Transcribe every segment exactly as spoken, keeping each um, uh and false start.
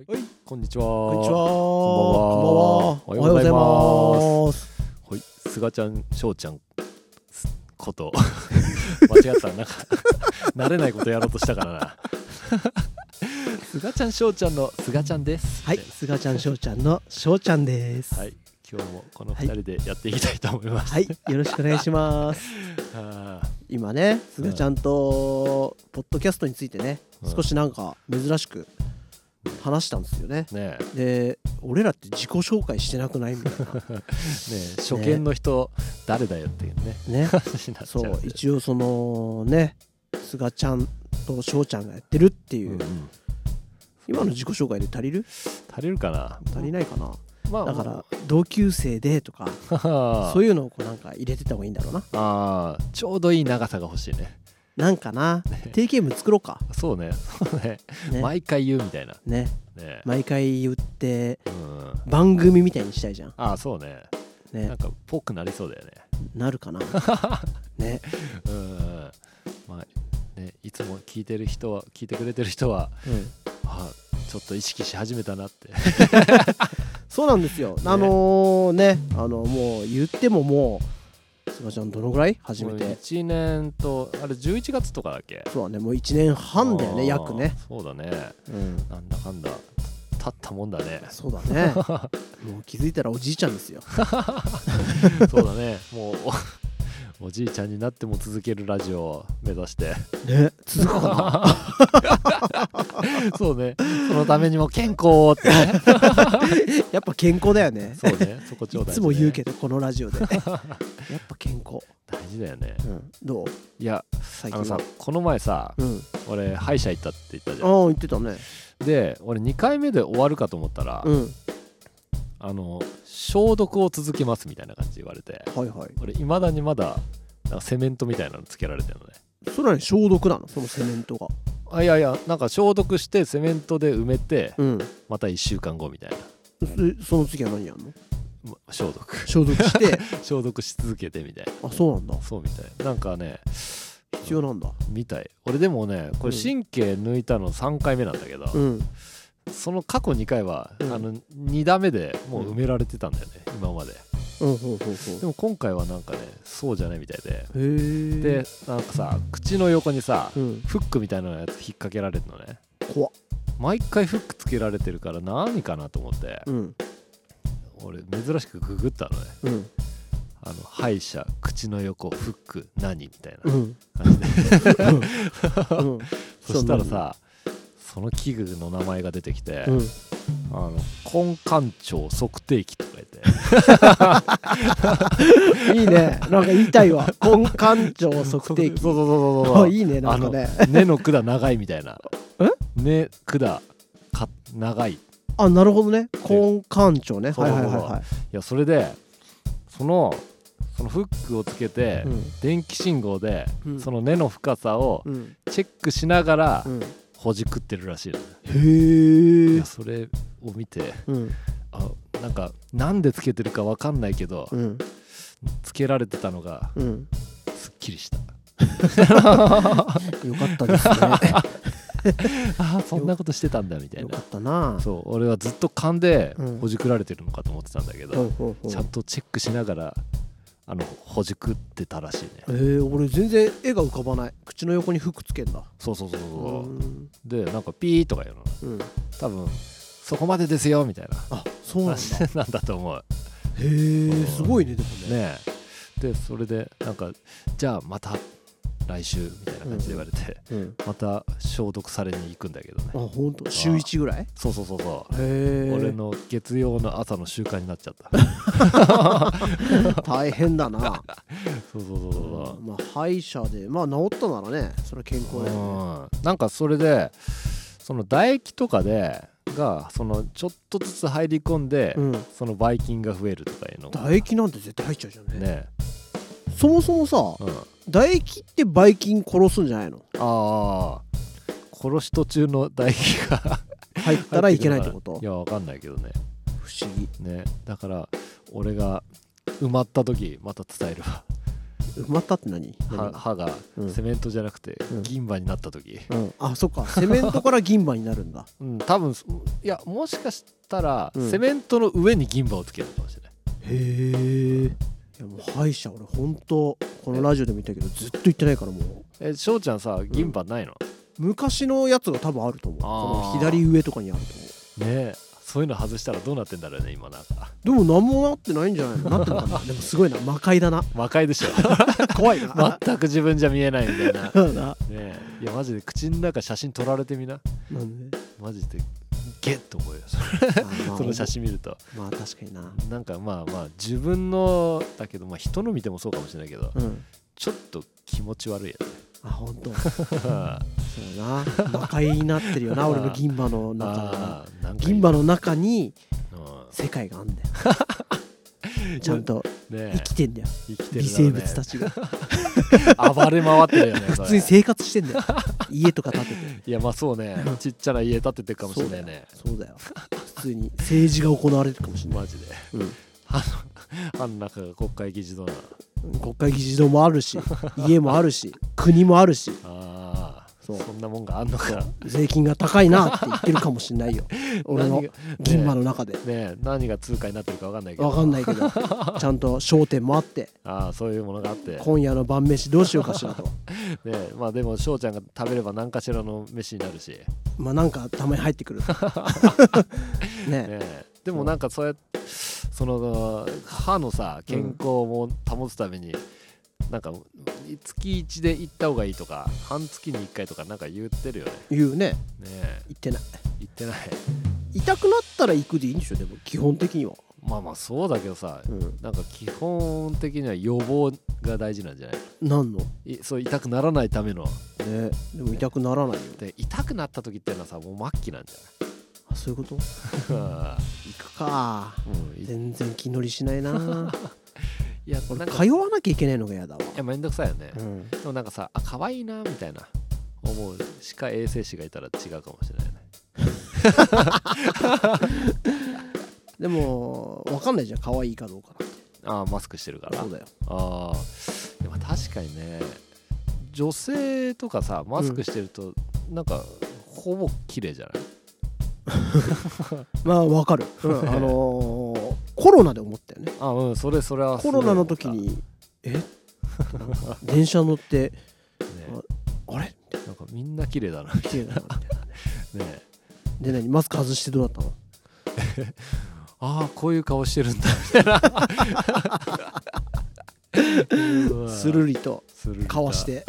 はい、こんにちは。 こんにちは。 こんばんは。 おはようございます。 はい、すがちゃん、しょうちゃんこと間違った。なんか慣れないことやろうとしたからな。すがちゃん、しょうちゃんのすがちゃんです。 はい、すがちゃん、しょうちゃんのしょうちゃんです。 はい、今日もこのふたりでやっていきたいと思います。 はい、よろしくお願いします。今ね、すがちゃんとポッドキャストについてね、うん、少しなんか珍しく話したんですよね。ねで、俺らって自己紹介してなくないみたいな。ね初見の人、ね、誰だよっていうね。ねそう、一応そのね、すがちゃんとしょうちゃんがやってるっていう、うんうん、今の自己紹介で足りる？ 足りるかな？ 足りないかな。まあ、だから同級生でとかそういうのをこうなんか入れてた方がいいんだろうな。 あー、ちょうどいい長さが欲しいね。 なんかな、ね、定型文作ろうか。 そうね、そうね、ね、毎回言うみたいなね, ね毎回言って、うん、番組みたいにしたいじゃん。 ああ、そうね。ね、なんかぽくなりそうだよね。 なるかな。ね、 うん、まあね、いつも聞いてる人は聞いてくれてる人は、うん、あ、ちょっと意識し始めたなって。 そうなんですよ。ね、あのー、ね、あのもう言ってももう。すがちゃんどのぐらい始めて？ いちねんとあれじゅういちがつとかだっけ？ そうだね、もういちねんはんだよね、約ね。 そうだね、うん、なんだかんだ経ったもんだね。 そうだね。もう気づいたらおじいちゃんですよ。 そうだね、もう お, おじいちゃんになっても続けるラジオを目指してね、続くかな。そうね、そのためにも健康ってね。 やっぱ健康だよね。 そうね、そこちょうだい、ね、 いつも言うけどこのラジオでやっぱ健康大事だよね、うん、 どう？ いや、あのさ、この前さ、うん、俺歯医者行ったって言ったじゃん。 ああ、言ってたね。で、 俺にかいめで終わるかと思ったら、うん、あの消毒を続けますみたいな感じで言われて、はいはい、俺いまだにまだなんかセメントみたいなのつけられてるのね。 それは消毒なの？そのセメントが。 あ、いやいや、なんか消毒してセメントで埋めて、うん、またいっしゅうかんごみたいな。 そ, その次は何やんの？ 消毒消毒して消毒し続けてみたいな。 あ、そうなんだ。 そうみたい。なんかね、 必要なんだみたい。俺でもね、これ神経抜いたのさんかいめなんだけど、うん、その過去にかいは、うん、あのにだめでもう埋められてたんだよね、うん、今まで。うん、ほうほうほう。でも今回はなんかね、そうじゃないみたいで、へー。で、なんかさ、口の横にさ、うん、フックみたいなやつ引っ掛けられるのね。怖っ。毎回フックつけられてるから何かなと思って、うん、俺珍しくググったのね、うん、あの歯医者口の横フック何みたいな感じで、うんうん、そしたらさ、その器具の名前が出てきて、うん、あの根幹長測定器とか言っていいね、なんか言いたいわ。根幹長測定器。 そうそうそうそうそう。 いいね、なんかね、 根の管長いみたいな。え？根管か長い。 あ、なるほどね。根幹長ね。はいはいはいはい。いや、それでそのそのフックをつけて、うん、電気信号で、うん、その根の深さをチェックしながら、うん、ほじくってるらしいの。へえ。いや、それを見て、うん、あ、なんかなんでつけてるかわかんないけど、うん、つけられてたのが、うん、すっきりした。 よかったですね。 ああ、そんなことしてたんだみたいな。 よかったな。 そう、俺はずっと勘でほじくられてるのかと思ってたんだけど、うん、ちゃんとチェックしながらあのほじくってたらしいね。 えー、俺全然絵が浮かばない。口の横にフックつけんだ。 そうそうそうそう。で、なんかピーとか言うの、うん、多分そこまでですよみたいな。 あ、そうなんだ。 なんだと思う。 へえ、すごいね。でもね。 ねえ。で、それでなんか、じゃあまた来週みたいな感じで言われて、うんうん、また消毒されに行くんだけどね。 あ、ほんと？週いちぐらい？ そうそうそうそう。へー。俺の月曜の朝の習慣になっちゃった。 大変だな。 そうそうそうそう、 うん、まあ歯医者でまあ治ったならね、それは健康だよね。 うん、なんかそれでその唾液とかでがそのちょっとずつ入り込んで、うん、そのばい菌が増えるとかいうの。 唾液なんて絶対入っちゃうじゃんね。 ね。 そもそもさ、うん、唾液ってばい菌殺すんじゃないの？ ああ、殺し途中の唾液が入ったらいけないってこと？ いや、わかんないけどね。 不思議ね。だから俺が埋まった時また伝えるわ。 埋まったって何？ 歯がセメントじゃなくて銀歯になった時、 うんうん、あそっかセメントから銀歯になるんだうん多分いやもしかしたら、うん、セメントの上に銀歯をつけるかもしれない。 へえ。いやもう歯医者俺ほんとこのラジオで見たけどずっと言ってないからもう。 え翔ちゃんさ銀歯ないの？ うん、昔のやつが多分あると思う。この左上とかにあると思う。ねえそういうの外したらどうなってんだろうね今なんか。 でも何もなってないんじゃないの？なってるのかな。でもすごいな魔界だな。 魔界でしょ怖いな全く自分じゃ見えないみたいなねえいやマジで口の中写真撮られてみな。 なんで？ マジでゲッと思うよその写真見ると。 まあ確かにな。 なんかまあまあ自分のだけど、まあ、人の見てもそうかもしれないけど、うん、ちょっと気持ち悪いよね。 あ本当そうな魔界になってるよな俺の銀歯の中銀歯の中に世界があんだよちゃんと生きてんだよ、ね、微生物たちが暴れ回ってるよね普通に生活してんだよ家とか建てて。 いやまあそうねちっちゃな家建ててるかもしれないね。 そうだよ普通に政治が行われてるかもしれないマジで、うん、歯の中が国会議事堂な国会議事堂もあるし家もあるし国もあるしあそうそんなもんがあんのか。 税金が高いなって言ってるかもしれないよ俺の銀歯の中で。ねえ何が通貨になってるか分かんないけど分かんないけどちゃんと商店もあってああそういうものがあって今夜の晩飯どうしようかしらとねえまあでも翔ちゃんが食べれば何かしらの飯になるしまあなんかたまに入ってくるねえねえでもなんかそうやってその歯のさ健康を保つために、うんなんか月いちで行った方がいいとか半月にいっかいとかなんか言ってるよね。 言うね。 ねえ言ってない言ってない痛くなったら行くでいいんでしょ。でも基本的にはまあまあそうだけどさ、うん、なんか基本的には予防が大事なんじゃない？ なんのいそう痛くならないためのね。でも痛くならないよ、ね、 で痛くなった時っていうのはさもう末期なんじゃない？ あそういうこと行くか、うん、全然気乗りしないないや俺通わなきゃいけないのが嫌だわ。 いやめんどくさいよね、うん、でもなんかさあ可愛いなみたいな思う歯科衛生士がいたら違うかもしれないねでも分かんないじゃん可愛いかどうかなんて。 ああマスクしてるから。 そうだよ。 ああでも確かにね女性とかさマスクしてると、うん、なんかほぼ綺麗じゃないまあ分かる、うん、あのー、コロナで思ったよね。 あうんそれそれはコロナの時にえ電車乗って、ね、あ, あれなんかみんな綺麗だな綺麗だなみたいなね。 ねで何マスク外してどうだったのああこういう顔してるんだみたいなスルリとかわして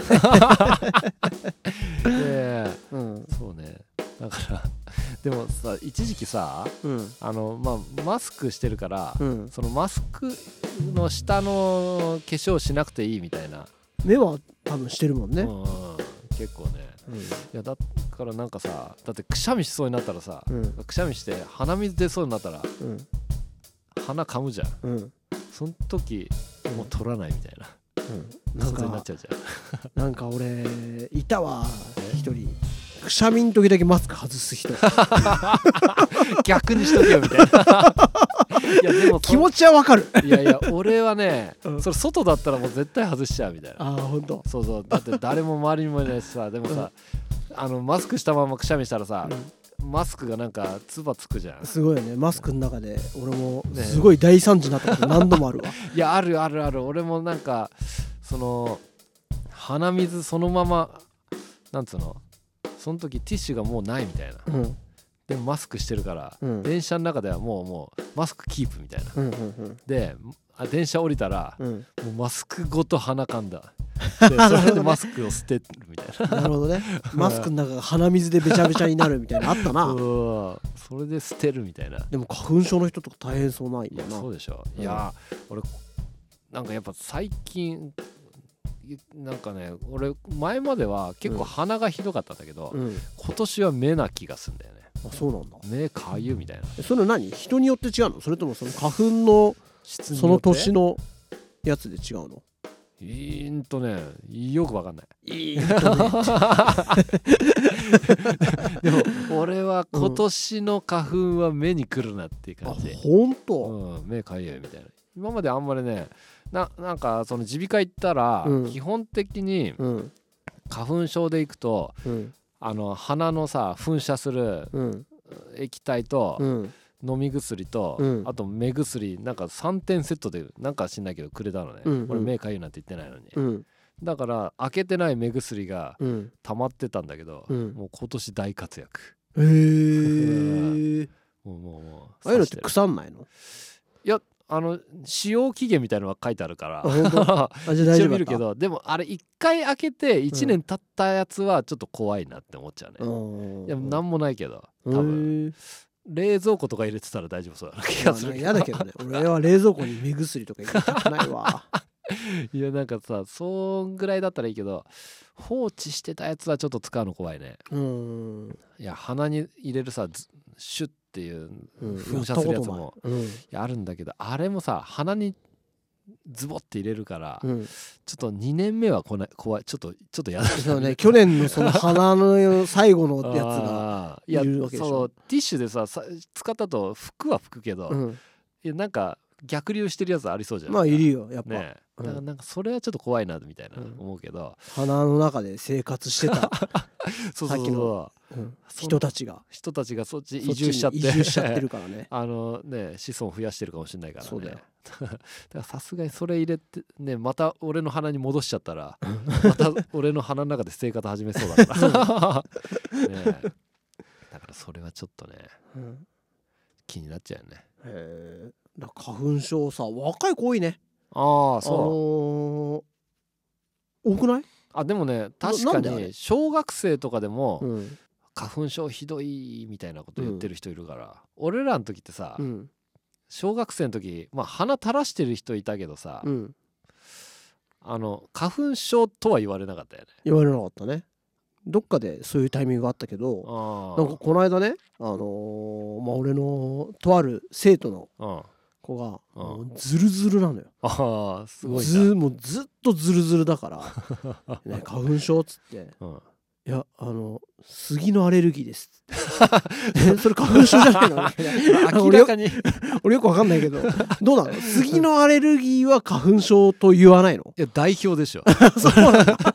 で、うん、そうねだからでもさ一時期さ、うん、あのまあマスクしてるから、うん、そのマスクの下の化粧しなくていいみたいな。 目は多分してるもんね、うん、 結構ね、うん、いやだからなんかさだってくしゃみしそうになったらさ、うん、くしゃみして鼻水出そうになったら、うん、鼻噛むじゃん、うん、その時もう取らないみたいな、うん、なんかになっちゃうじゃんなんか俺いたわ一人くしゃみの時だけマスク外す人逆にしとけよみたいないやでも気持ちはわかるいやいや俺はね、うん、それ外だったらもう絶対外しちゃうみたいな。 ああほんとそうそうだって誰も周りにもいないしさでもさ、うん、あのマスクしたままくしゃみしたらさ、うん、マスクがなんかつばつくじゃん。 すごいよねマスクの中で俺もすごい大惨事になったこと何度もあるわ、ね、 いやあるあるある俺もなんかその鼻水そのままなんつうのその時ティッシュがもうないみたいな、うん、でもマスクしてるから、うん、電車の中ではもうもうマスクキープみたいな、うんうんうん、であ電車降りたら、うん、もうマスクごと鼻かんだでそれでマスクを捨てるみたいななるほどねマスクの中が鼻水でべちゃべちゃになるみたいなあったなそれで捨てるみたいな。 でも花粉症の人とか大変そうないんだな。 いやそうでしょ、うん、いや俺なんかやっぱ最近なんかね俺前までは結構鼻がひどかったんだけど、うん、今年は目な気がするんだよね。 あそうなんだ。 目かゆみたいな。 それ何人によって違うのそれともその花粉のその年のやつで違うの？ いーんとねよくわかんない。 いーんとねでも俺は今年の花粉は目に来るなっていう感じ。 あほんと、 うん、目かゆいみたいな。今まであんまりねな, なんかその耳鼻科行ったら、うん、基本的に花粉症でいくと、うん、あの鼻のさ噴射する液体と、うん、飲み薬と、うん、あと目薬なんかさんてんセットでなんか知んないけどくれたのね、うんうん、俺目かゆいなんて言ってないのに、うん、だから開けてない目薬が溜まってたんだけど、うん、もう今年大活躍。 へえもうもうもうああいうのって腐んないの？ いやあの使用期限みたいなのが書いてあるからあじゃ大丈夫だった。 一応見るけど、でもあれいっかい開けていちねん経ったやつはちょっと怖いなって思っちゃうね、うん、いやなんもないけど多分冷蔵庫とか入れてたら大丈夫そうだな気がするけど。 嫌だけどね俺は冷蔵庫に目薬とか入れたくないわいやなんかさそんぐらいだったらいいけど放置してたやつはちょっと使うの怖いね。うんいや鼻に入れるさシュッっていう噴射するやつも、うん、いやあるんだけどあれもさ鼻にズボって入れるから、うん、ちょっとにねんめはこな怖いちょっとちょっとやだそうね去年のその鼻の最後のやつがいるわけでしょ。 そうティッシュでさ使ったと服は拭くけど、うん、いやなんか逆流してるやつありそうじゃん。 まあいるよやっぱ、ねだからなんかそれはちょっと怖いなみたいな思うけど、 うん、鼻の中で生活してたそうそうそう、うん、人たちが人たちがそっち移住しちゃって移住しちゃってるからねあのね子孫増やしてるかもしれないからね。そうだよだからさすがにそれ入れてねまた俺の鼻に戻しちゃったらまた俺の鼻の中で生活始めそうだから、ね、だからそれはちょっとね、うん、気になっちゃうよね。 へえだ花粉症さ若い子多いね。 ああそう、 あのー、多くない？ あでもね確かに小学生とかでも、うん、花粉症ひどいみたいなこと言ってる人いるから、うん、俺らの時ってさ、うん、小学生の時まあ鼻垂らしてる人いたけどさ、うん、あの花粉症とは言われなかったよね。 言われなかったね。どっかでそういうタイミングがあったけどなんかこの間ねあのー、まあ俺のとある生徒の子がもうズルズルなのよ。 ああすごいずもうずっとズルズルだから、ね、花粉症っつって、うん、いやあの杉のアレルギーですえそれ花粉症じゃないの明らかに俺よくわかんないけどどうなの杉のアレルギーは花粉症と言わないの？ いや代表でしょそうなんだなんか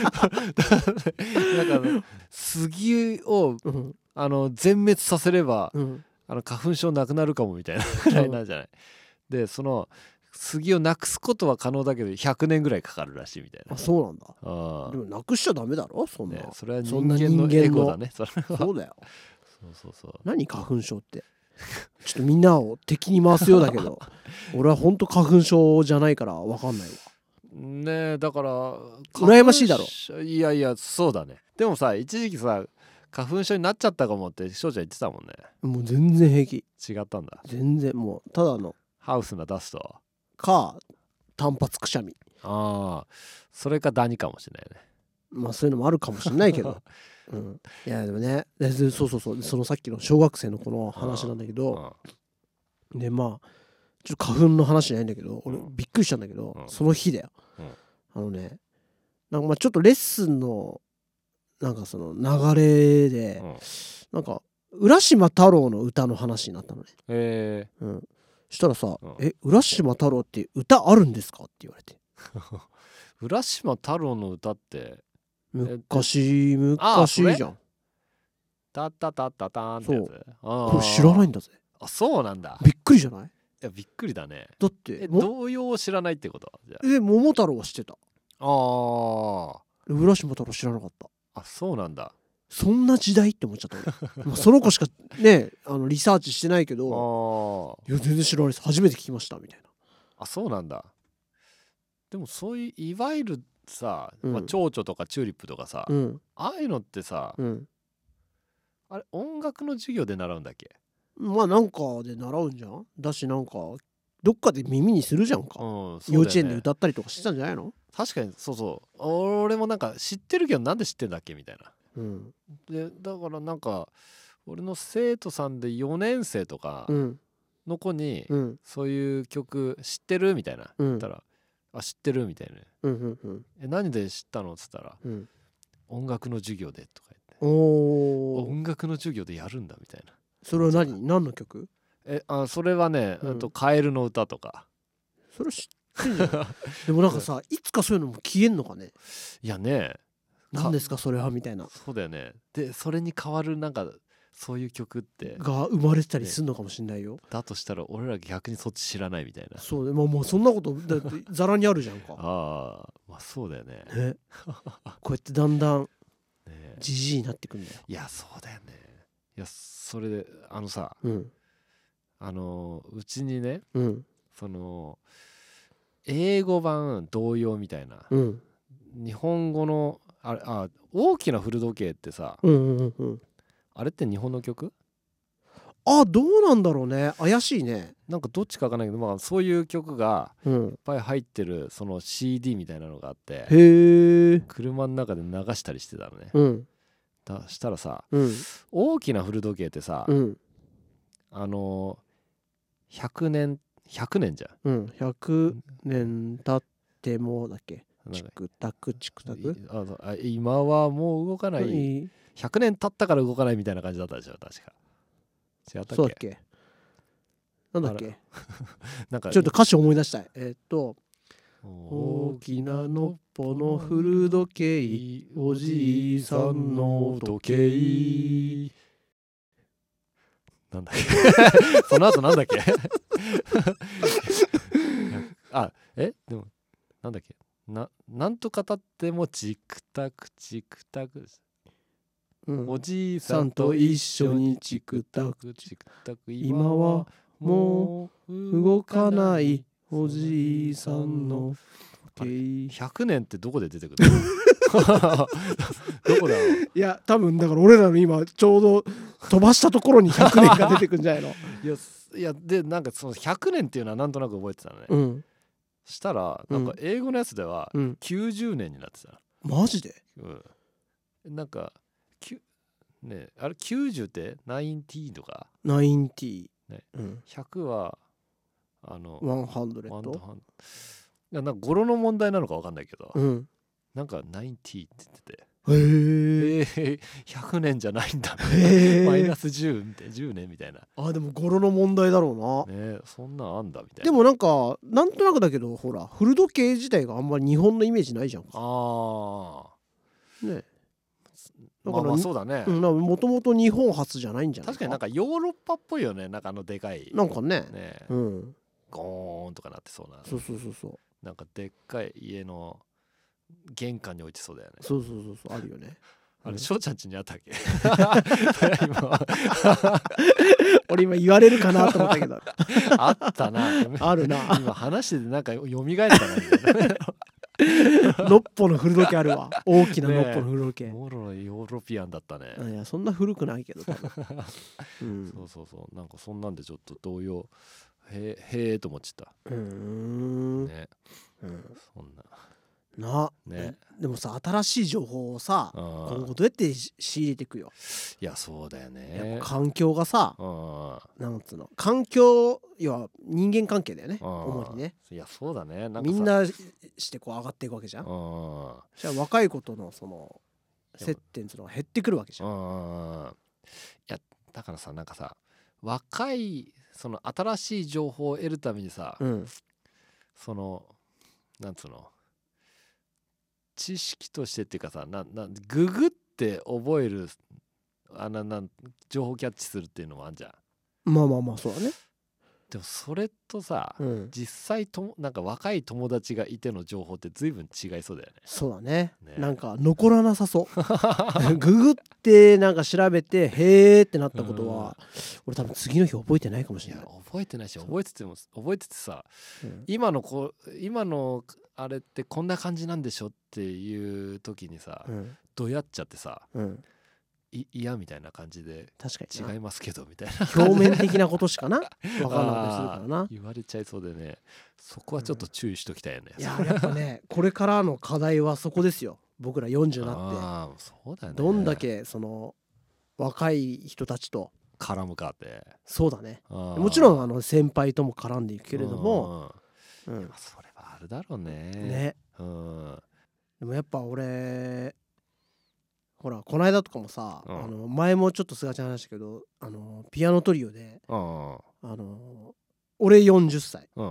杉を、うん、あの全滅させれば、うんあの花粉症なくなるかもみたいなぐらいなんじゃない、うん、でその杉をなくすことは可能だけどひゃくねんぐらいかかるらしいみたいな。 あそうなんだ。あでもなくしちゃダメだろそんな、ね、 それは人間のエゴだね。それはそうだよそうそうそう何花粉症ってちょっとみんなを敵に回すようだけど俺はほんと花粉症じゃないから分かんないわねえ。だから羨ましいだろ。 いやいやそうだね。でもさ一時期さ花粉症になっちゃったかもって翔ちゃん言ってたもんね。 もう全然平気。 違ったんだ。 全然もうただのハウスなダストか単発くしゃみ。 ああそれかダニかもしれないね。 まあそういうのもあるかもしれないけど、うん、いやでもねそうそうそうそのさっきの小学生の子の話なんだけどでまあちょっと花粉の話じゃないんだけど俺びっくりしたんだけど、うん、その日だよ、うん、あのねなんかまあちょっとレッスンのなんかその流れで、うん、なんか浦島太郎の歌の話になったのね。へえ。うん。したらさ、うん、え浦島太郎って歌あるんですかって言われて。 浦島太郎の歌って昔昔じゃん。 タッタタッタターンってやつ。 これ知らないんだぜ。 あそうなんだ。 びっくりじゃない？いやびっくりだね。 だって童謡を知らないってこと？ じゃあえ桃太郎は知ってた。ああ。 浦島太郎知らなかった。 あそうなんだ。 そんな時代って思っちゃった俺その子しかねあのリサーチしてないけどいや全然知らないです初めて聞きましたみたいな。 あそうなんだ。でもそういういわゆるさ、うんまあ、蝶々とかチューリップとかさ、うん、ああいうのってさ、うん、あれ音楽の授業で習うんだっけ？ まあなんかで習うんじゃんだしなんかどっかで耳にするじゃんか、うん、ね、幼稚園で歌ったりとかしてたんじゃないの？ 確かにそうそう俺もなんか知ってるけどなんで知ってんだっけみたいな、うん、でだからなんか俺の生徒さんでよねん生とかの子に、うん、そういう曲知ってるみたいな、うん、言ったらあ知ってるみたいな、うんうんうん、え何で知ったのっつったら、うん、音楽の授業でとか言ってお音楽の授業でやるんだみたいな。 それは何何の曲？ えあそれはね、うん、あとカエルの歌とかそれ知っってんじゃんでもなんかさいつかそういうのも消えんのかね。 いやね、 何ですかそれはみたいな。 そうだよね。でそれに代わるなんかそういう曲ってが生まれてたりするのかもしれないよ、ね、 だとしたら俺ら逆にそっち知らないみたいな。 そうでももうそんなことだってざらにあるじゃんかああまあそうだよね。 ねこうやってだんだんじじいになってくんだよ。 いやそうだよね。いやそれであのさ、 うん、 あのうちにね、 うん、 その英語版童謡みたいな、 うん、 日本語のあれあ大きな古時計ってさ、 うんうんうん、 あれって日本の曲？ あどうなんだろうね、怪しいね。 なんかどっちかわかんないけど、まあ、そういう曲がいっぱい入ってるその シーディー みたいなのがあって、 へえ車の中で流したりしてたのね、 うん、 だしたらさ、 うん、 大きな古時計ってさ、 うん、 あのひゃくねんひゃくねんじゃん、 うん、ひゃくねん経ってもだっけ、 なんかチクタクチクタク、 ああ今はもう動かない、ひゃくねん経ったから動かないみたいな感じだったでしょ確か。違ったっけ？ そうだっけ、なんだっけなんかちょっと歌詞思い出したい。えー、っと大きなのっぽの古時計、おじいさんの時計、 なんだっけその後なんだっけあえでもなんだっけななんとかたってもチクタクチクタクです、うん、おじいさんと一緒にチクタクチクタク、 今はもう動かないおじいさんの時計。 ひゃくねんってどこで出てくるのどこだろう。 いや多分だから俺らの今ちょうど飛ばしたところにひゃくねんが出てくるんじゃないのいやいやでなんかそのひゃくねんっていうのはなんとなく覚えてたのね、うん、したらなんか英語のやつではきゅうじゅうねんになってた、 うん、マジで、 うん、なんかねあれきゅうじゅうってきゅうとかきゅうじゅう、 ねうん、ひゃくはあのひゃくいやなんか語呂の問題なのか分かんないけど、 うん、 なんかきゅうじゅうって言ってて、 へー、 えー、ひゃくねんじゃないんだマイナスじゅうってじゅうねんみたいな。 あでも語呂の問題だろうな、 ね、そんなんあんだみたいな。 でもなんかなんとなくだけどほら古時計自体があんまり日本のイメージないじゃんか。 ああねだからまあそうだね、 もともと日本初じゃないんじゃないか。 確かになんかヨーロッパっぽいよね、なんかあのでかいなんかねね、 うん、 ゴーンとかなってそうな、 そうそうそうそう、 なんかでっかい家の玄関に置いてそうだよね。 そうそうそうそうあるよねあれ翔ちゃん家にあったっけ今俺今言われるかなと思ったけどあったなあるな今話しててなんか蘇ったなのっぽの古時計あるわ大きなのっぽの古時計、ね、 もろのヨーロピアンだったね。 いやそんな古くないけど多分、 うん、そうそうそうなんかそんなんでちょっと動揺へえへえと思っちゃった。うーんね、うん、そんなな、ね、でもさ新しい情報をさ今後どうやって仕入れていくよ。 いやそうだよね、 環境がさなんつうの環境要は人間関係だよね主にね。 いやそうだね、 なんかみんなしてこう上がっていくわけじゃん。じゃあ若い子とのその接点っていうのが減ってくるわけじゃん。いやだからさなんかさ若いその新しい情報を得るためにさ、うん、そのなんつうの知識としてっていうかさななググって覚えるあなな情報キャッチするっていうのもあるじゃん。 まあまあまあそうだね。 でもそれとさ、うん、実際となんか若い友達がいての情報って随分違いそうだよね。 そうだ ね, ねなんか残らなさそうググってなんか調べてへーってなったことは、うん、俺多分次の日覚えてないかもしれない。いや覚えてないし覚えてても覚えててさ、うん、今のこ今のあれってこんな感じなんでしょっていう時にさ、うん、どやっちゃってさ、うんい嫌みたいな感じで確かに違いますけどみたいな表面的なことしかな分かんなかったりするからな言われちゃいそうでね、そこはちょっと注意しときたいよね、 うん、いややっぱねこれからの課題はそこですよ。僕らよんじゅうになってあそうだ、ね、どんだけその若い人たちと絡むかって。 そうだね、もちろんあの先輩とも絡んでいくけれども、 うんうん、それはあるだろうね。 ね、うん、でもやっぱ俺ほらこの間とかもさ、うん、あの前もちょっとすがちゃん話したけどあのピアノトリオで、うん、あの俺よんじゅっさい、うん、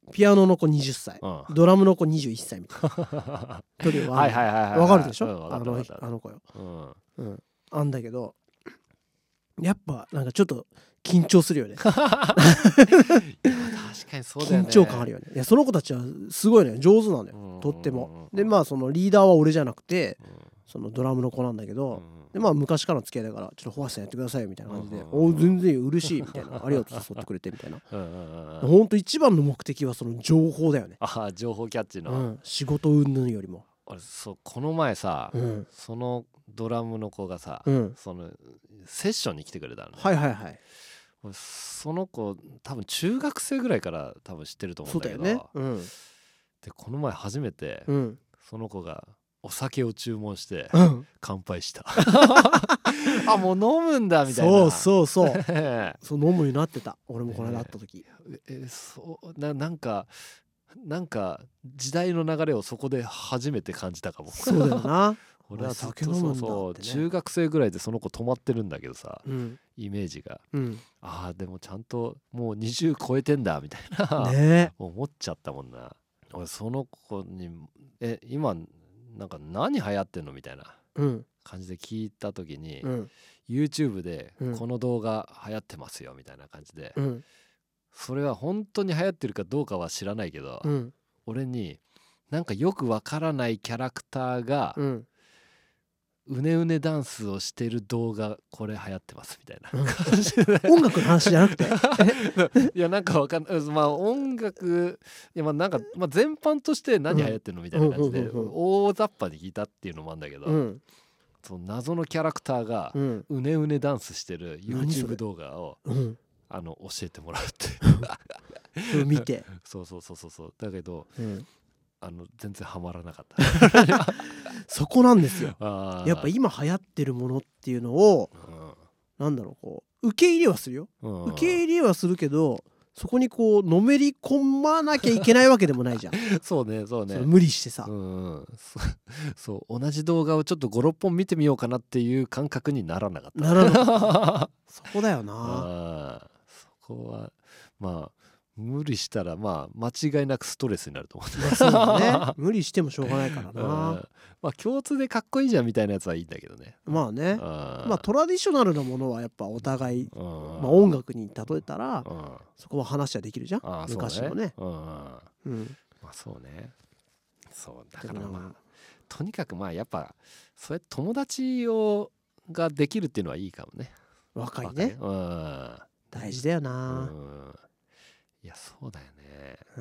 ピアノの子はたち、うん、ドラムの子はにじゅういっさいみたいなトリオは分かるでしょ、うん、あのあの子よ、うんうん、あんだけどやっぱなんかちょっと緊張するよね確かにそうだよね、 緊張感あるよね。いやその子たちはすごいね、上手なのよ、とっても。でまあそのリーダーは俺じゃなくて、そのドラムの子なんだけど、でまあ昔からの付き合いだからちょっとホワシさんやってくださいよみたいな感じで、お全然嬉しいみたいな、ありがとう誘ってくれてみたいな。ほんと一番の目的はその情報だよね。 ああ情報キャッチの、 うん、仕事云々よりも。 俺そうこの前さ、うん、そのドラムの子がさ、うん、そのセッションに来てくれたの、ね、 はいはいはい。 その子多分中学生ぐらいから多分知ってると思うんだけど、そうだよね、うん、でこの前初めて、うん、その子がお酒を注文して、うん、乾杯したあもう飲むんだみたいな。 そうそうそうそう飲むようになってた。俺もこの間会った時、 えー、えそうななんかなんか時代の流れをそこで初めて感じたかも。 そうだよな俺はずっとそうそう、ね、中学生ぐらいでその子止まってるんだけどさ、うん、イメージが、うん、ああでもちゃんともうにじゅう超えてんだみたいな、ね、思っちゃったもんな。俺その子にえ今なんか何流行ってんのみたいな感じで聞いた時に、うん、YouTube でこの動画流行ってますよみたいな感じで、うん、それは本当に流行ってるかどうかは知らないけど、うん、俺になんかよくわからないキャラクターが、うんうねうねダンスをしてる動画これ流行ってますみたいな感じで、 うん、音楽の話じゃなくていやなんかわかんない、まあ音楽いやまあなんか、まあ、全般として何流行ってんのみたいな感じで大雑把に聞いたっていうのもあるんだけど、うん、その謎のキャラクターがうねうねダンスしてる YouTube 動画を、うん、あの教えてもらうって見てそうそうそうそうそうだけど、うんあの全然ハマらなかったそこなんですよ。やっぱ今流行ってるものっていうのを、うん、なんだろうこう受け入れはするよ、うん、受け入れはするけどそこにこうのめり込まなきゃいけないわけでもないじゃんそうねそうね無理してさ、うん、そ, そう同じ動画をちょっとごろっぽん見てみようかなっていう感覚にならなかったならなかったそこだよなあそこはまあ無理したらまあ間違いなくストレスになると思う、まあそうだね、無理してもしょうがないからな、うん、 まあ共通でかっこいいじゃんみたいなやつはいいんだけどね。 まあね、うん、まあトラディショナルなものはやっぱお互い、うん、まあ、音楽に例えたら、うん、そこは話はできるじゃん、あ昔のね、うんうん、まあそうねそうだからまあとにかくまあやっぱそれ友達をができるっていうのはいいかもね。 若いね、うん、大事だよな、うんいやそうだよね、うん、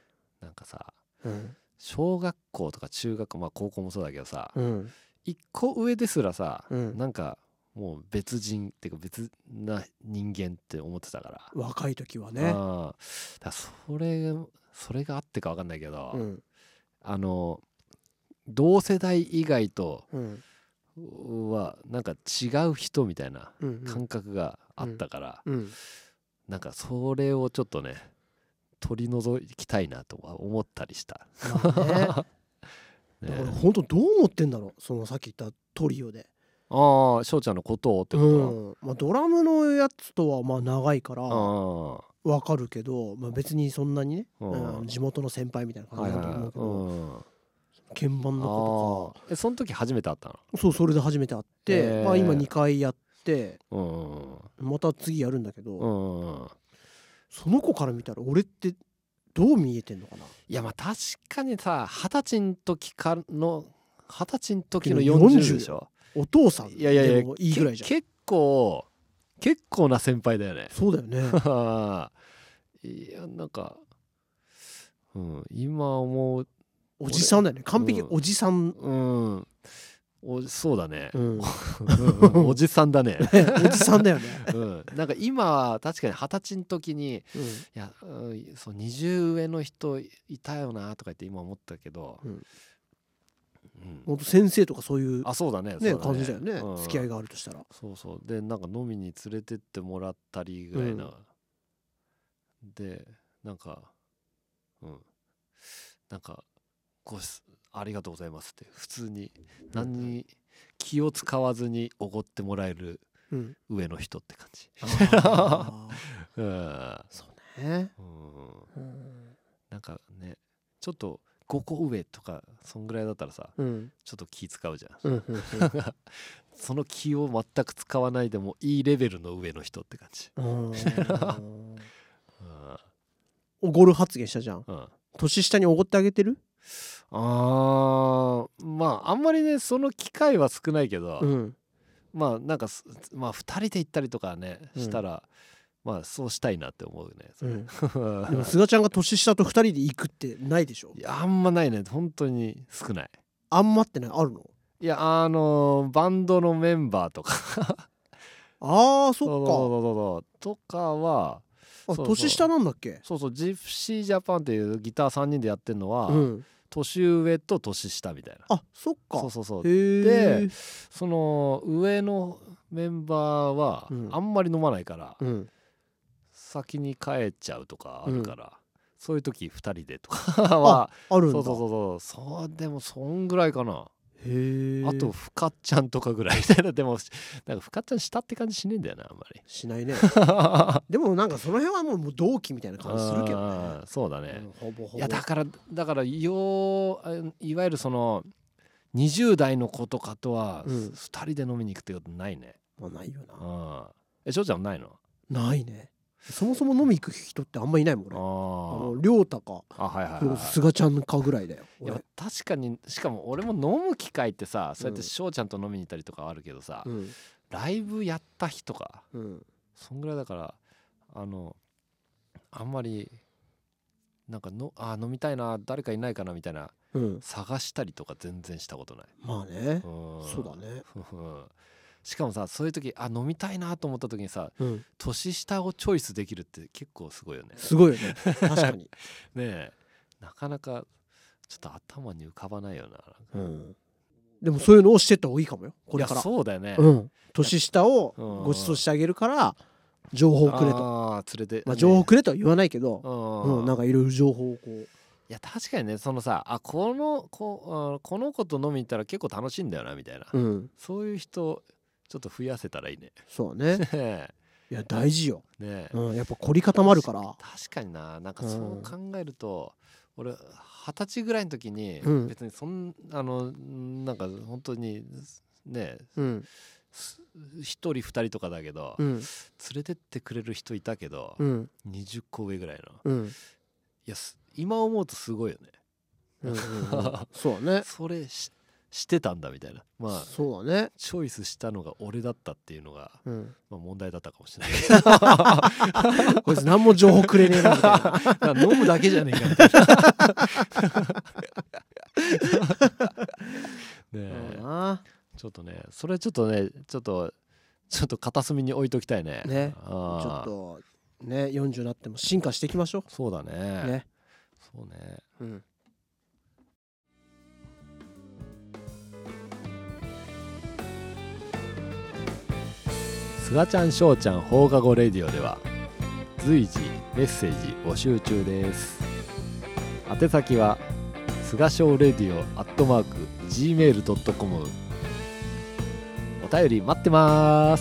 なんかさ、うん、小学校とか中学校まあ高校もそうだけどさ、うん、一個上ですらさ、うん、なんかもう別人っていうか別な人間って思ってたから若い時はねあだそれそれがあってか分かんないけど、うん、あの同世代以外とはなんか違う人みたいな感覚があったから、うんうんうんなんかそれをちょっとね取り除きたいなとは思ったりした。まあね、 ねだから本当どう思ってんだろうそのさっき言ったトリオで。 ああ翔ちゃんのことをってこと、 うんまあ、ドラムのやつとはまあ長いからわかるけど、まあ、別にそんなにね、うん、地元の先輩みたいな感じだと思うけど、はいはいはい、鍵盤の子とかえその時初めて会ったの？ そうそれで初めて会って、まあ、今にかいやってでまた次やるんだけど、うん、その子から見たら俺ってどう見えてんのかな。 いやまあ確かにさ二十歳の時からの二十歳の時のよんじゅうでしょ。 お父さんでもいいぐらいじゃん。 結構結構な先輩だよね。 そうだよねいやなんか、うん、今思うおじさんだよね完璧、うん、おじさん、 うんおそうだね、うん、おじさんだねおじさんだよね、 うん、なんか今確かに二十歳の時に、うん、いや、うん、そうにじゅう上の人いたよなとか言って今思ったけど、うんうん、 ほんと先生とかそういうあそうだね、 ね、 そうだね感じだよね、うん、付き合いがあるとしたらそうそうでなんか飲みに連れてってもらったりぐらいな、うん、でなんかうんなんかごありがとうございますって普通に何に気を使わずにおごってもらえる上の人って感じ、うん、 そうね、うん、 なんかねちょっとごこ上とかそんぐらいだったらさ、うん、ちょっと気使うじゃん、うんうんうん、その気を全く使わないでもいいレベルの上の人って感じ。 おごる発言したじゃん、うん、年下におごってあげてる？ あーまああんまりねその機会は少ないけど、うん、まあなんかまあふたりで行ったりとかねしたら、うん、まあそうしたいなって思うね、うん、 でも菅ちゃんが年下とふたりで行くってないでしょ？ いやあんまないね、本当に少ない。 あんまってねあるの？ いやあのー、バンドのメンバーとかあーそっかそうそうそうとかはあそうそう年下なんだっけ？ そうそうジプシージャパンっていうギターさんにんでやってるのは、うん、年上と年下みたいな。 あそっかそうそうそうでその上のメンバーはあんまり飲まないから、うん、先に帰っちゃうとかあるから、うん、そういう時ふたりでとかはあ, あるんだ。 そうそうそうそうでもそんぐらいかな。へあとふかっちゃんとかぐらいででもなんかふかっちゃん下って感じしねえんだよなあんまり。 しないねでもなんかその辺はもう同期みたいな感じするけどね。 そうだね、うん、ほぼほぼいやだからだからよいわゆるそのにじゅう代の子とかとはふたりで飲みに行くってことないね、 うん、まあないよな。 あえ翔ちゃんないの？ ないね。そもそも飲み行く人ってあんまいないもんね。あの亮太かあ、はいはいはい、菅ちゃんかぐらいだよ。 いや確かにしかも俺も飲む機会ってさそうやって翔ちゃんと飲みに行ったりとかあるけどさ、うん、ライブやった日とか、うん、そんぐらいだからあのあんまりなんかのあ飲みたいな誰かいないかなみたいな、うん、探したりとか全然したことない。 まあね、うん、そうだねしかもさそういう時あ飲みたいなと思った時にさ、うん、年下をチョイスできるって結構すごいよね。 すごいよね確かにねえなかなかちょっと頭に浮かばないよ な, な、うん、 でもそういうのをしてった方がいいかもよこれから。 いやそうだよね、 うん、年下をご馳走してあげるから情報くれと、 あ連れて、ねまあ、情報くれとは言わないけど、うん、なんかいろいろ情報をこういや確かにねそのさあこの こ, この子と飲みに行ったら結構楽しいんだよなみたいな、うん、そういう人ちょっと増やせたらいいね。 そうねいや大事よ、ねうん、やっぱ凝り固まるから確かにな。なんかそう考えると、うん、俺二十歳ぐらいの時に別にそんあのなんか本当にね一、うん、人二人とかだけど、うん、連れてってくれる人いたけど、うん、にじゅっこ上ぐらいの、うん、いや今思うとすごいよね、 うんうんうん、そうねそれししてたんだみたいな。まあそうだねチョイスしたのが俺だったっていうのが、うんまあ、問題だったかもしれないけどこいつ何も情報くれねえなみたいな飲むだけじゃねえかみたいなねえちょっとねそれちょっとねちょっとちょっと片隅に置いときたいね。 ねあちょっとねよんじゅうになっても進化していきましょう。 そうだねねそうねうんすがちゃんしょうちゃん放課後レディオでは随時メッセージ募集中です。宛先はすがしょうレディオアットマーク ジーメールドットコム お便り待ってます。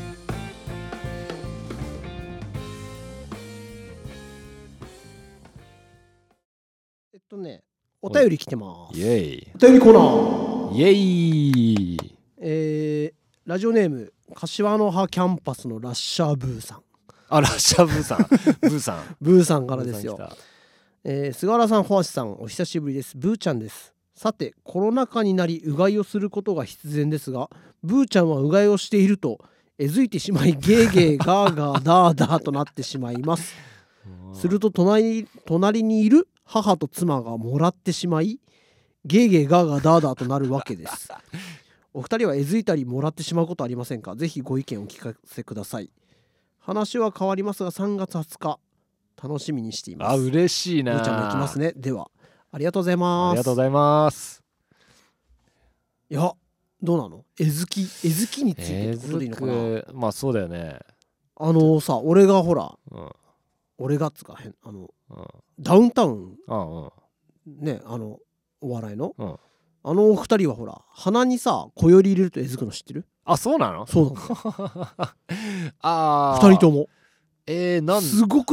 えっとねお便り来てます。 イエイお便りコーナーイエイえー、ラジオネーム柏の葉キャンパスのラッシャーブーさん。 あラッシャーブーさんブーさんブーさんからですよ。えー、菅原さんホアシさんお久しぶりです。ブーちゃんです。さてコロナ禍になりうがいをすることが必然ですがブーちゃんはうがいをしているとえずいてしまいゲーゲーガーガーダーダーとなってしまいます。すると 隣, 隣にいる母と妻がもらってしまいゲーゲーガーガーダーダーとなるわけです。お二人はえずいたりもらってしまうことありませんか？ぜひご意見をお聞かせください。話は変わりますがさんがつはつか楽しみにしています。 あ嬉しいな。 ブーちゃんも行きますね。ではありがとうございます。 ありがとうございます。 いやどうなの？えずきえずきについてってことでいいのかな。 まあそうだよね。 あのさ俺がほら、うん、俺がっつか変あの、うん、ダウンタウン、うんうん、ねあのお笑いの、うん、あのお二人はほら鼻にさ小より入れるとえずくの知ってる？ あそうなの？ そうなの。 あ二人ともえー、なんすごくない？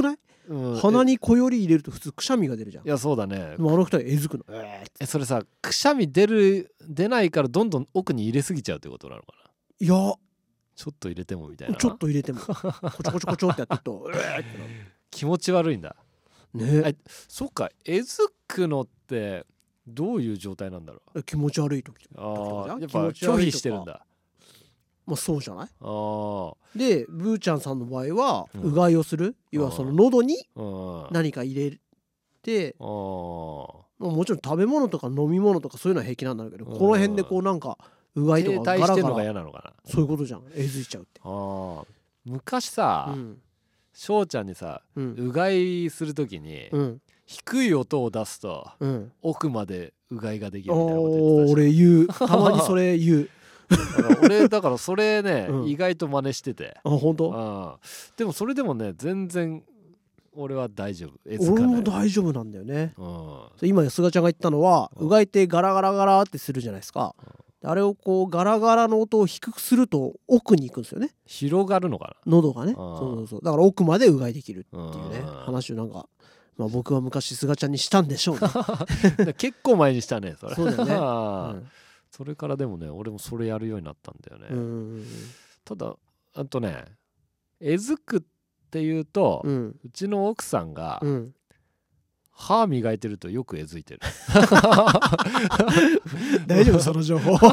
うん、鼻に小より入れると普通くしゃみが出るじゃん。 いやそうだね。 でもあの人はえずくの。 えー、それさくしゃみ出る出ないからどんどん奥に入れすぎちゃうってことなのかな。 いやちょっと入れてもみたいな。 ちょっと入れてもこちょこちょこちょってやってるとえーってなる。 気持ち悪いんだね。 えそっかえずくのってどういう状態なんだろう。気持ち悪い時。 ああやっぱ拒否してるんだ。 まあそうじゃない。 あでブーちゃんさんの場合はうがいをする、うん、要はその喉に何か入れて、あもちろん食べ物とか飲み物とかそういうのは平気なんだけど、この辺でこうなんかうがいとかガラガラ停滞してんのが嫌なのかな。 そういうことじゃん。えずいちゃうって。 あ昔さ、うん、翔ちゃんにさ、うん、うがいするときに、うん、低い音を出すと、うん、奥までうがいができるみたいなこと言ってたし。 俺言うたまにそれ言うだから俺だからそれね、うん、意外と真似してて。 あ本当？ あでもそれでもね全然俺は大丈夫。えずかない。 俺も大丈夫なんだよね、うん、今すがちゃんが言ったのは、うん、うがいってガラガラガラってするじゃないですか、うん、あれをこうガラガラの音を低くすると奥に行くんですよね。 広がるのかな喉がね。そうそうそうだから奥までうがいできるっていうね話をなんか、まあ、僕は昔すがちゃんにしたんでしょうね結構前にしたねそれ。 そうだよね、うんそれからでもね俺もそれやるようになったんだよね。うん、ただあとねえずくっていうと、うん、うちの奥さんが、うん、歯磨いてるとよくえずいてる大丈夫その情報怒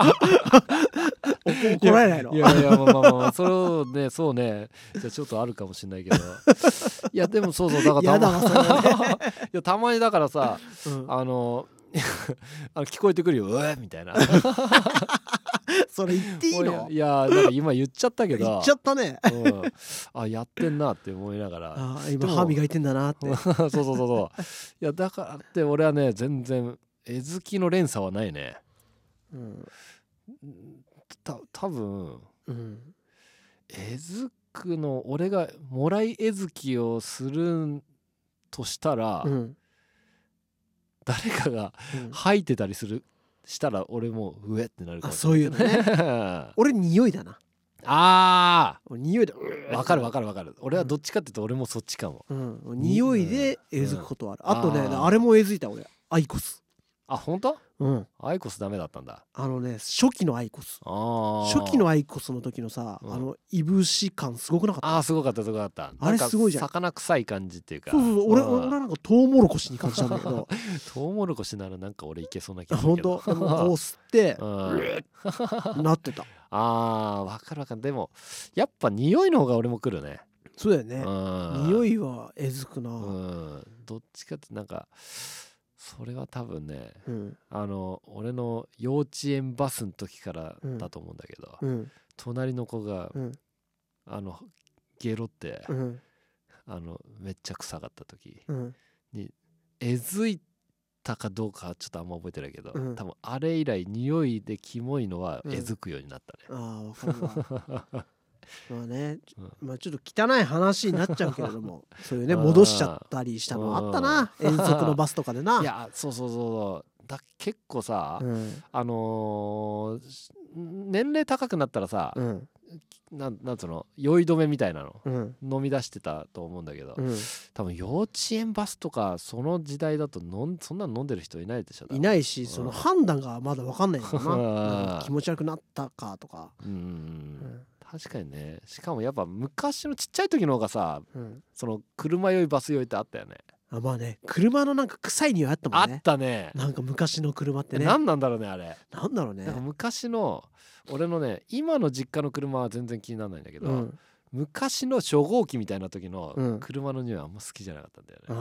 られないの。 いやいやまあまあまあそれをねそうねじゃちょっとあるかもしれないけどいやでもそうそうだからたまに、ね、いやたまにだからさ、うん、あのあの聞こえてくるようえみたいなそれ言っていいの。 いやなんか今言っちゃったけど言っちゃったね、 うん、あやってんなって思いながらあ今歯磨いてんだなってそうそうそうそういやだからって俺はね全然えずきの連鎖はないね、うん、た多分、うん、えずくの俺がもらいえずきをするとしたら、うん誰かが吐いてたりするしたら俺もうえってなるかもしれない。 あそういうのね俺匂いだな。 ああ匂いだ。 わかるわかるわかる。俺はどっちかっていうと俺もそっちかも、 うん、匂いでえずくことはある、うん、あとね あ, あれもえずいた俺アイコス。 あ本当？ うん、 アイコスダメだったんだ。 あのね初期のアイコスあ初期のアイコスの時のさ、うん、あのいぶし感すごくなかった？ あすごかったすごかった。 あれすごいじゃん。 魚臭い感じっていうか。 そうそうそう俺俺なんかトウモロコシに感じたんだけどトウモロコシならなんか俺いけそうな気がするけど。 本当でもこう吸ってなってた。 あーわかるわかる。でもやっぱ匂いの方が俺も来るね。 そうだよね。匂いはえずくな。 うんどっちかってなんかそれは多分ね、うん、あの俺の幼稚園バスの時からだと思うんだけど、うん、隣の子が、うん、あのゲロって、うん、あのめっちゃ臭かった時に、うん、えずいたかどうかちょっとあんま覚えてないけど、うん、多分あれ以来匂いでキモいのはえずくようになったね、 うん、ああ分かるわまあね、うん、まあちょっと汚い話になっちゃうけれどもそういうね戻しちゃったりしたのあったな遠足のバスとかでな。 いやそうそうそうだ結構さ、うん、あのー、年齢高くなったらさ、うん、な, なんつうの酔い止めみたいなの、うん、飲み出してたと思うんだけど、うん、多分幼稚園バスとかその時代だとのんそんなの飲んでる人いないでしょ。 いないし、うん、その判断がまだ分かんないのかななんか気持ち悪くなったかとか。うん、うん確かにね。しかもやっぱ昔のちっちゃい時の方がさ、うん、その車酔いバス酔いってあったよね。 あまあね車のなんか臭い匂いあったもんね。 あったね。 なんか昔の車ってね。 何なんだろうねあれ。 なんだろうね。 なんか昔の俺のね今の実家の車は全然気にならないんだけど、うん、昔の初号機みたいな時の車の匂いはあんま好きじゃなかったんだよね。うん、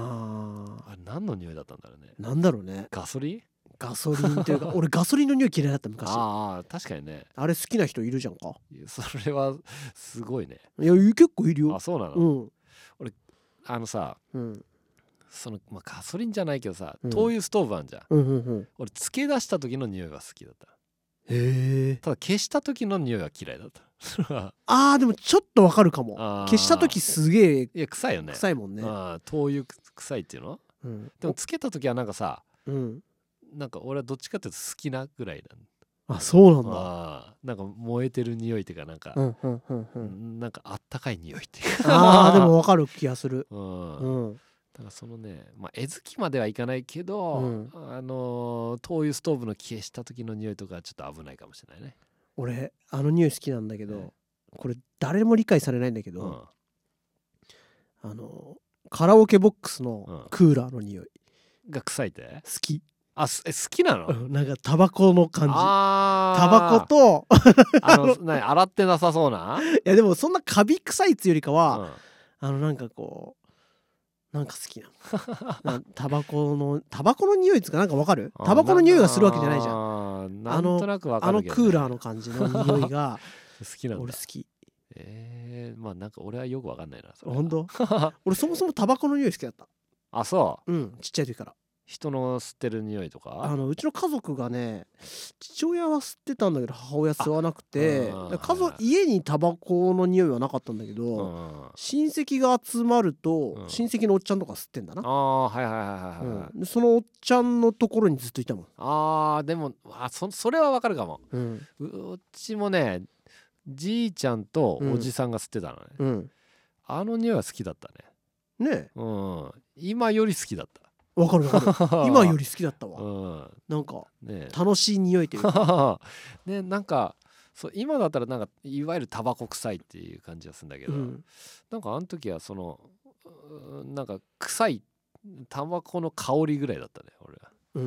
ああれ何の匂いだったんだろうね。 なんだろうね。 ガソリン？ ガソリンっていうか俺ガソリンの匂い嫌いだった昔。 ああ確かにね。 あれ好きな人いるじゃんか。 それはすごいね。 いや結構いるよ。 あそうなの、うん、俺あのさ、うん、その、まあ、ガソリンじゃないけどさ、うん、灯油ストーブあんじゃん、うんうんうん、俺つけ出した時の匂いが好きだった。 へえ。 ただ消した時の匂いは嫌いだったあーでもちょっとわかるかも。消した時すげえいや臭いよね。 臭いもんね。 あ灯油臭いっていうの、うん、でもつけた時はなんかさ、うん、なんか俺はどっちかっていうと好きなぐらいなん。 あ、そうなんだ。 あなんか燃えてる匂いっていうかなんか、 うんうんうんうん、 なんかあったかい匂いっていうかあーでも分かる気がする。 うん、 うん、 だからそのね、まあ、絵付きまではいかないけど、 うん、 あのー灯油ストーブの消した時の匂いとかちょっと危ないかもしれないね。 俺あの匂い好きなんだけど、 ね、 これ誰も理解されないんだけど、 うん、 あのカラオケボックスのクーラーの匂い、 うん、が臭いって好き。 あえ好きなの、 うん、なんかタバコの感じ。 あタバコとあの何洗ってなさそうないやでもそんなカビ臭いっつうよりかは、 うん、 あのなんかこうなんか好きなのなタバコのタバコの匂いっつうかなんかわかる？タバコの匂いがするわけじゃないじゃん。 あなんとなくわかあるけど、ね、 のクーラーの感じの匂いが好きなんだ。 俺好き。 えー、まあなんか俺はよくわかんないなそれ。 本当？俺そもそもタバコの匂い好きだった。 あ、そう。 うんちっちゃい時から。 人の吸ってる匂いとか。 あのうちの家族がね、父親は吸ってたんだけど母親吸わなくて、家族家にタバコの匂いはなかったんだけど、親戚が集まると、うん、親戚のおっちゃんとか吸ってんだな。 ああはいはいはいはい、 うん、でそのおっちゃんのところにずっといたもん。 ああでもあ そ, それはわかるかも、うん、う, うちもねじいちゃんとおじさんが吸ってたのね、うん、あの匂いは好きだったね。ねえ、うん、今より好きだった。 わかるわかる今より好きだったわ、うん、なんか、ね、楽しい匂いというかね、なんかそう今だったらなんかいわゆるタバコ臭いっていう感じがするんだけど、うん、なんかあの時はそのなんか臭いタバコの香りぐらいだったね俺は、 うん、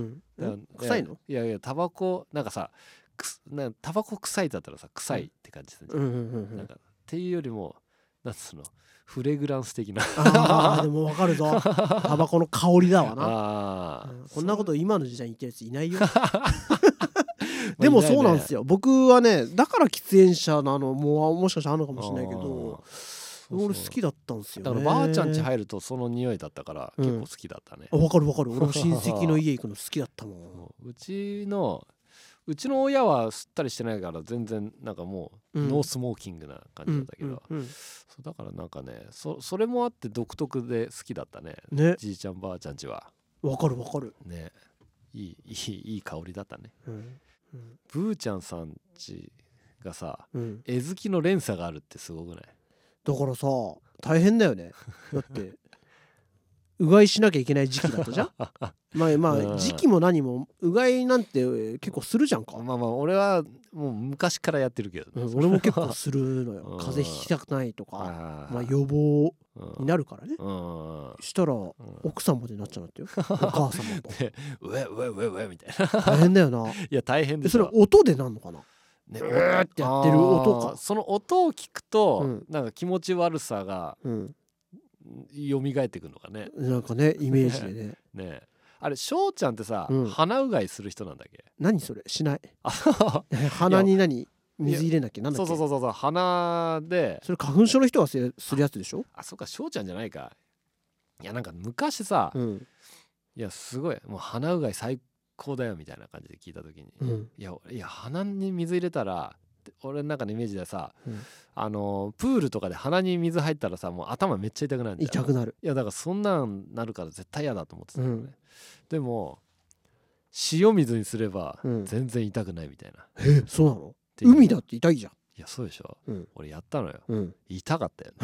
臭いの？ いやいやタバコなんかさなんかタバコ臭いだったらさ臭いって感じするじゃん、うんうんうんうん、なんかっていうよりもなんつうのフレグランス的なあでも分かるぞタバコの香りだわなあ、うん、こんなこと今の時代に言ってるやついないよでもそうなんですよ、僕はねだから喫煙者なのももしかしたらあるのかもしれないけど俺好きだったんですよね。 だからばあちゃん家入るとその匂いだったから結構好きだったね、 うん、分かる分かる俺も親戚の家行くの好きだったもんうちのうちの親は吸ったりしてないから全然なんかもうノースモーキングな感じだったけど、うんうんうん、そうだからなんかね そ, それもあって独特で好きだったね、ねじいちゃんばあちゃんちは。 わかるわかるねいいいいいい香りだったね、うんうん、ブーちゃんさんちがさ、うん、絵好きの連鎖があるってすごくない？ だからさ大変だよねだってうがいしなきゃいけない時期だったじゃんまあまあ時期も何もうがいなんて結構するじゃんか。 まあまあ俺はもう昔からやってるけど、ねうん、俺も結構するのよ風邪ひきたくないとかまあ予防になるからね、うんうん、したら奥さんまでなっちゃうんだってよお母様とうえうえうえうえみたいな大変だよな。 いや大変でしょ。 それ音でなんのかなね、うーってやってる音か。 その音を聞くと、うん、なんか気持ち悪さが、うん蘇ってくるのかね。 なんかねイメージでねねあれ翔ちゃんってさ、うん、鼻うがいする人なんだっけ？ 何それしない鼻に何水入れなきゃなんだっけ？ そうそうそうそう鼻でそれ花粉症の人がするやつでしょ？ あそうか翔ちゃんじゃないか。いやなんか昔さ、うん、いやすごいもう鼻うがい最高だよみたいな感じで聞いた時に、うん、いやいや鼻に水入れたら俺の中のイメージでさ、うん、あのプールとかで鼻に水入ったらさもう頭めっちゃ痛くなるんだよ。 痛くなる。 いやだからそんなんなるから絶対嫌だと思ってたよね、うん、でも塩水にすれば全然痛くないみたいな、 うん、えそうなの？海だって痛いじゃん。 いやそうでしょ、うん、俺やったのよ、うん、痛かったよ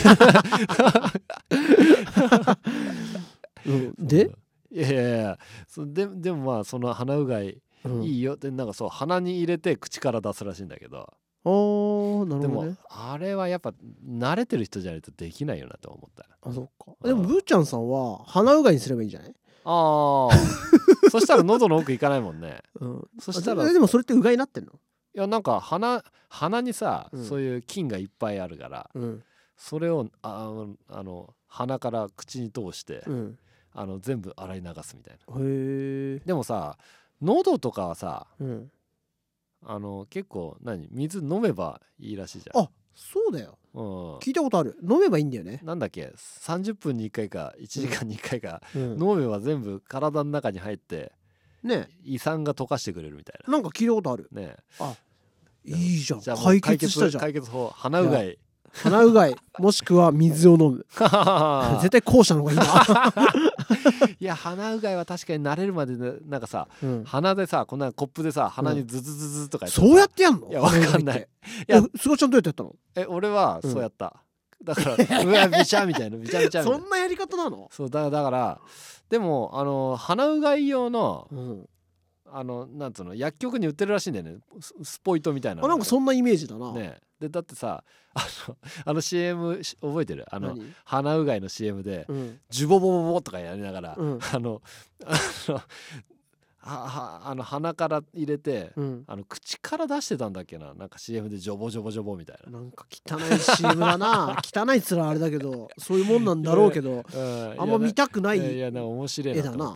ね、うん、でいやいやいやそででもまあその鼻うがいいいよってなんかそう鼻に入れて口から出すらしいんだけど、 あなるほど、ね、 でもあれはやっぱ慣れてる人じゃないとできないよなと思った。 あそっか。でもブーちゃんさんは鼻うがいにすればいいんじゃない？ あそしたら喉の奥いかないもんね、うん、そしたらでもそれってうがいになってんの？ いやなんか 鼻, 鼻にさ、うん、そういう菌がいっぱいあるから、うん、それを あ, あの鼻から口に通して、うん、あの全部洗い流すみたいな。へでもさ喉とかはさ、うん、あの結構何水飲めばいいらしいじゃん。 あそうだよ、うん、聞いたことある。飲めばいいんだよね。 なんだっけさんじゅっぷんにいっかいかいちじかんにいっかいか、うん、飲めば全部体の中に入ってね胃酸が溶かしてくれるみたいな。 なんか聞いたことあるね。あいいじゃん。 じゃあ解決したじゃん。 解決法鼻うがい鼻うがいもしくは水を飲む絶対後者の方がいいないや鼻うがいは確かに慣れるまでなんかさ、うん、鼻でさこんなコップでさ鼻にズズズズとかやって、 うん、そうやってやんの？ いやわかんない。 いやすがちゃんどうやってやったの？ え俺はそうやった、うん、だからうわビシャみたいなビシャビシャみたいなそんなやり方なの？ そうだだからでもあの鼻うがい用の、 うんあのなんつうの薬局に売ってるらしいんだよね、スポイトみたいな。 あなんかそんなイメージだな。 ねでだってさあのあの シーエム 覚えてる？あの鼻うがいの シーエム で、うん、ジュボボボボとかやりながら、うん、あのあのはあの鼻から入れて、うん、あの口から出してたんだっけな、なんか シーエム でジョボジョボジョボみたいな。 なんか汚い シーエム だな汚いっつらあれだけどそういうもんなんだろうけど、うん、あんま見たくない絵だな。 いやなんか面白いなと思った、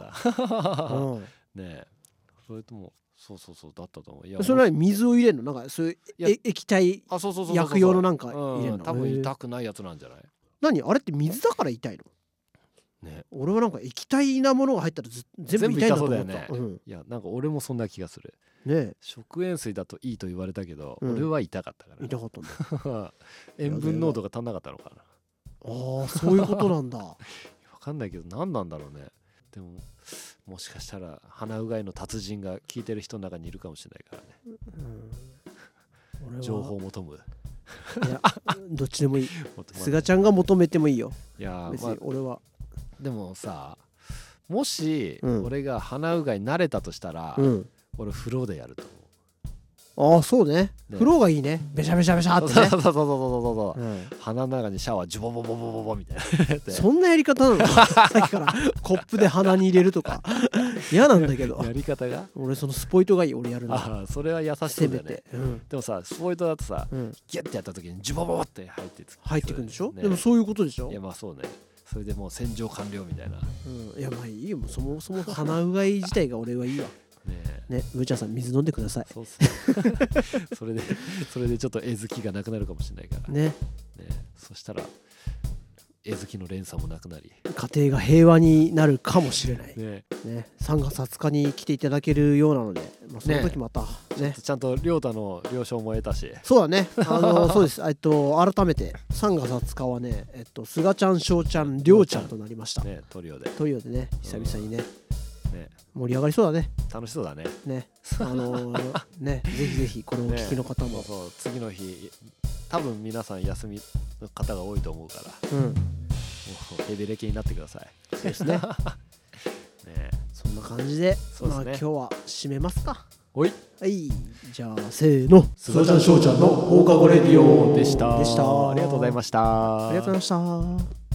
うん、ねえそれともそうそうそうだったと思う。いやそれは水を入れるの？なんかそういう液体薬用のなんか入れるの？ 多分痛くないやつなんじゃない？ 何あれって水だから痛いの？ね、俺はなんか液体なものが入ったら全部痛いんだと思った。全部痛そうだよね、うん、 いやなんか俺もそんな気がする、 ね、 食塩水だといいと言われたけど、うん、俺は痛かったから。 痛かったんだ塩分濃度が足んなかったのかな。 ああそういうことなんだ分かんないけど何なんだろうね。でももしかしたら鼻うがいの達人が聞いてる人の中にいるかもしれないからね、うん、俺は情報を求むいやどっちでもいいすがちゃんが求めてもいいよ。 いや別に俺は、 まあ、でもさもし俺が鼻うがい慣れたとしたら、うん、俺風呂でやると思う。 ああそうね、ね風呂がいいね。ベシャベシャベシャってね。 そうそうそうそうそう、うん、鼻の中にシャワージュボボボボボボみたいなそんなやり方なの？さっきからコップで鼻に入れるとか嫌なんだけど。 やり方が俺そのスポイトがいい。俺やるの。 ああそれは優しそうだよね、うん、でもさスポイトだとさ、うん、ギュッてやった時にジュボボボって入って入ってくるんでしょ、ね、でもそういうことでしょ。 いやまあそうね。それでもう洗浄完了みたいな、 うん、いやまあいいよ。そもそも鼻うがい自体が俺はいいわねえ、ね、むーちゃんさん水飲んでください。 そうっすそれでそれでちょっと絵好きがなくなるかもしれないからね。 ねそしたら絵好きの連鎖もなくなり家庭が平和になるかもしれないね。ねさんがつはつかに来ていただけるようなので、まあ、その時また ね, ねちゃんと亮太の了承も得たし。 そうだねあのそうです。えっと改めてさんがつはつかはねえっとすがちゃんしょうちゃんりょうちゃんとなりましたね。トリオでトリオでね久々にね、ね盛り上がりそうだね。 楽しそうだね。 ね、あのー、ね、ぜひぜひこれをお聞きの方も、 ね、そうそう次の日多分皆さん休みの方が多いと思うから、うん、もうヘビレケになってください。 そうですね。ね、そんな感じで、そうですね、まあ、今日は締めますか。 おい。 はい、じゃあせーの。 すがちゃんしょうちゃんの放課後レディオでした。 でした。 ありがとうございました。 ありがとうございました。